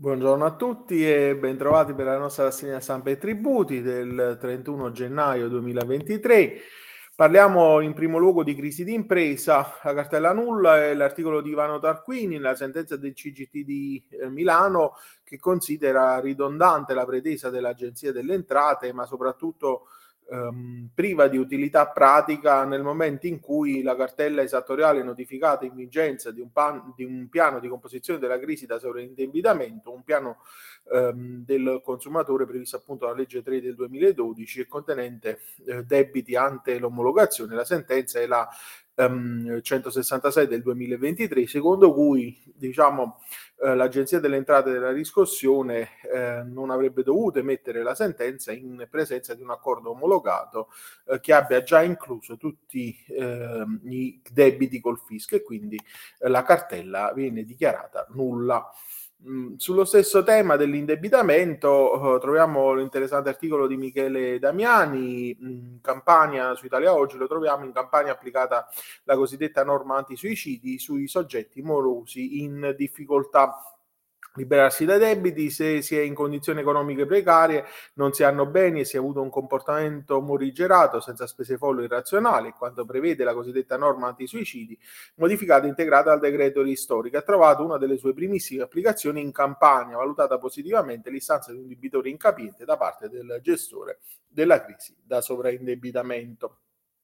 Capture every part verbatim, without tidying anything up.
Buongiorno a tutti e bentrovati per la nostra rassegna stampa e tributi del trentuno gennaio duemilaventitré. Parliamo in primo luogo di crisi d'impresa, la cartella nulla e l'articolo di Ivano Tarquini, la sentenza del C G T di eh, Milano che considera ridondante la pretesa dell'Agenzia delle Entrate, ma soprattutto ehm, priva di utilità pratica nel momento in cui la cartella esattoriale notificata in vigenza di un, pan, di un piano di composizione della crisi da sovraindebitamento, un piano ehm, del consumatore previsto appunto dalla legge tre del duemiladodici e contenente eh, debiti ante l'omologazione. La sentenza è la ehm, centosessantasei del duemilaventitré, secondo cui diciamo eh, l'Agenzia delle Entrate della riscossione eh, non avrebbe dovuto emettere la sentenza in presenza di un accordo omologato eh, che abbia già incluso tutti eh, i debiti col fisco e quindi eh, la cartella viene dichiarata nulla. Mm, sullo stesso tema dell'indebitamento eh, troviamo l'interessante articolo di Michele Damiani in Campania, su Italia Oggi, lo troviamo in Campania applicata la cosiddetta norma antisuicidi sui soggetti morosi in difficoltà. Liberarsi dai debiti se si è in condizioni economiche precarie, non si hanno beni e si è avuto un comportamento morigerato senza spese folli e irrazionali, quanto prevede la cosiddetta norma antisuicidi, modificata e integrata dal decreto ristori, che ha trovato una delle sue primissime applicazioni in Campania, valutata positivamente l'istanza di un debitore incapiente da parte del gestore della crisi da sovraindebitamento.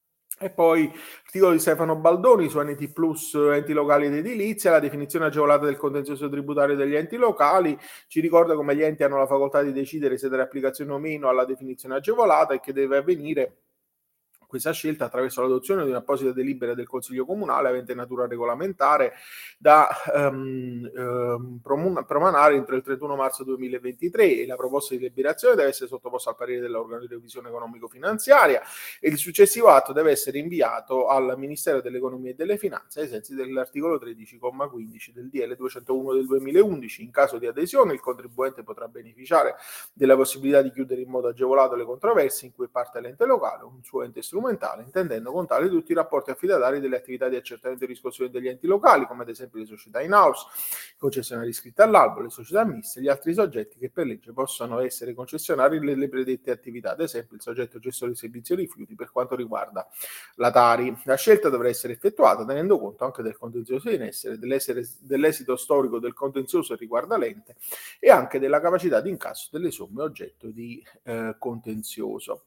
E poi articolo di Stefano Baldoni su N T Plus, enti locali ed edilizia, la definizione agevolata del contenzioso tributario degli enti locali, ci ricorda come gli enti hanno la facoltà di decidere se dare applicazione o meno alla definizione agevolata e che deve avvenire questa scelta attraverso l'adozione di un'apposita delibera del Consiglio Comunale avente natura regolamentare da um, um, promanare entro il trentuno marzo duemilaventitré e la proposta di deliberazione deve essere sottoposta al parere dell'organo di revisione economico-finanziaria e il successivo atto deve essere inviato al Ministero dell'Economia e delle Finanze ai sensi dell'articolo tredici comma quindici del D L duecentouno del duemilaundici. In caso di adesione il contribuente potrà beneficiare della possibilità di chiudere in modo agevolato le controversie in cui è parte l'ente locale o un suo ente strumentale, intendendo con tale tutti i rapporti affidatari delle attività di accertamento e riscossione degli enti locali, come ad esempio le società in house, i concessionari iscritti all'albo, le società miste e gli altri soggetti che per legge possono essere concessionari delle predette attività, ad esempio il soggetto gestore di servizi rifiuti per quanto riguarda la Tari. La scelta dovrà essere effettuata tenendo conto anche del contenzioso in essere, dell'esito storico del contenzioso riguarda l'ente e anche della capacità di incasso delle somme oggetto di eh, contenzioso.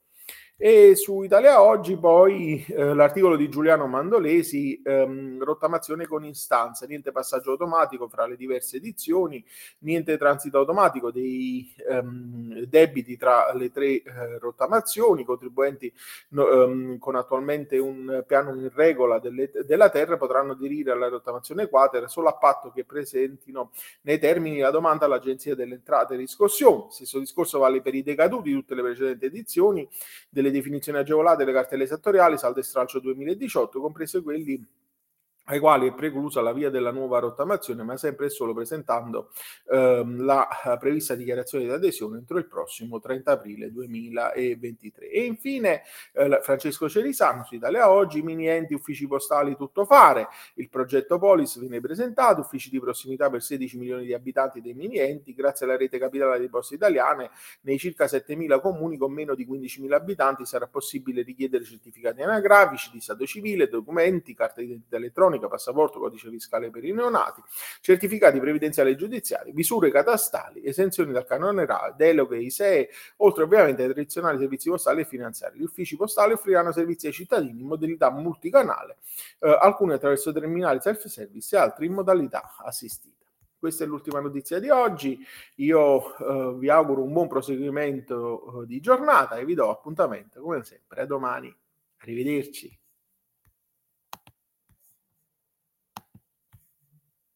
E su Italia Oggi poi eh, l'articolo di Giuliano Mandolesi, ehm, rottamazione con istanza, niente passaggio automatico fra le diverse edizioni, niente transito automatico dei ehm, debiti tra le tre eh, rottamazioni, i contribuenti no, ehm, con attualmente un piano in regola delle, della terra potranno aderire alla rottamazione quater solo a patto che presentino nei termini la domanda all'Agenzia delle Entrate e Riscossione. Stesso discorso vale per i decaduti di tutte le precedenti edizioni delle definizioni agevolate delle cartelle esattoriali, saldo e stralcio duemiladiciotto, comprese quelli ai quali è preclusa la via della nuova rottamazione, ma sempre e solo presentando ehm, la uh, prevista dichiarazione di adesione entro il prossimo trenta aprile duemilaventitré. E infine eh, Francesco Cerisano su Italia Oggi, mini enti, uffici postali, tutto fare, il progetto Polis viene presentato, uffici di prossimità per sedici milioni di abitanti dei mini enti, grazie alla rete capitale di Poste Italiane, nei circa settemila comuni con meno di quindicimila abitanti sarà possibile richiedere certificati anagrafici di stato civile, documenti, carta d'identità elettronica, passaporto, codice fiscale per i neonati, certificati previdenziali e giudiziari, misure catastali, esenzioni dal canone R A E, deloghe I S E E, oltre ovviamente ai tradizionali servizi postali e finanziari. Gli uffici postali offriranno servizi ai cittadini in modalità multicanale, eh, alcuni attraverso terminali self-service e altri in modalità assistita. Questa è l'ultima notizia di oggi, io eh, vi auguro un buon proseguimento eh, di giornata e vi do appuntamento come sempre a domani. Arrivederci.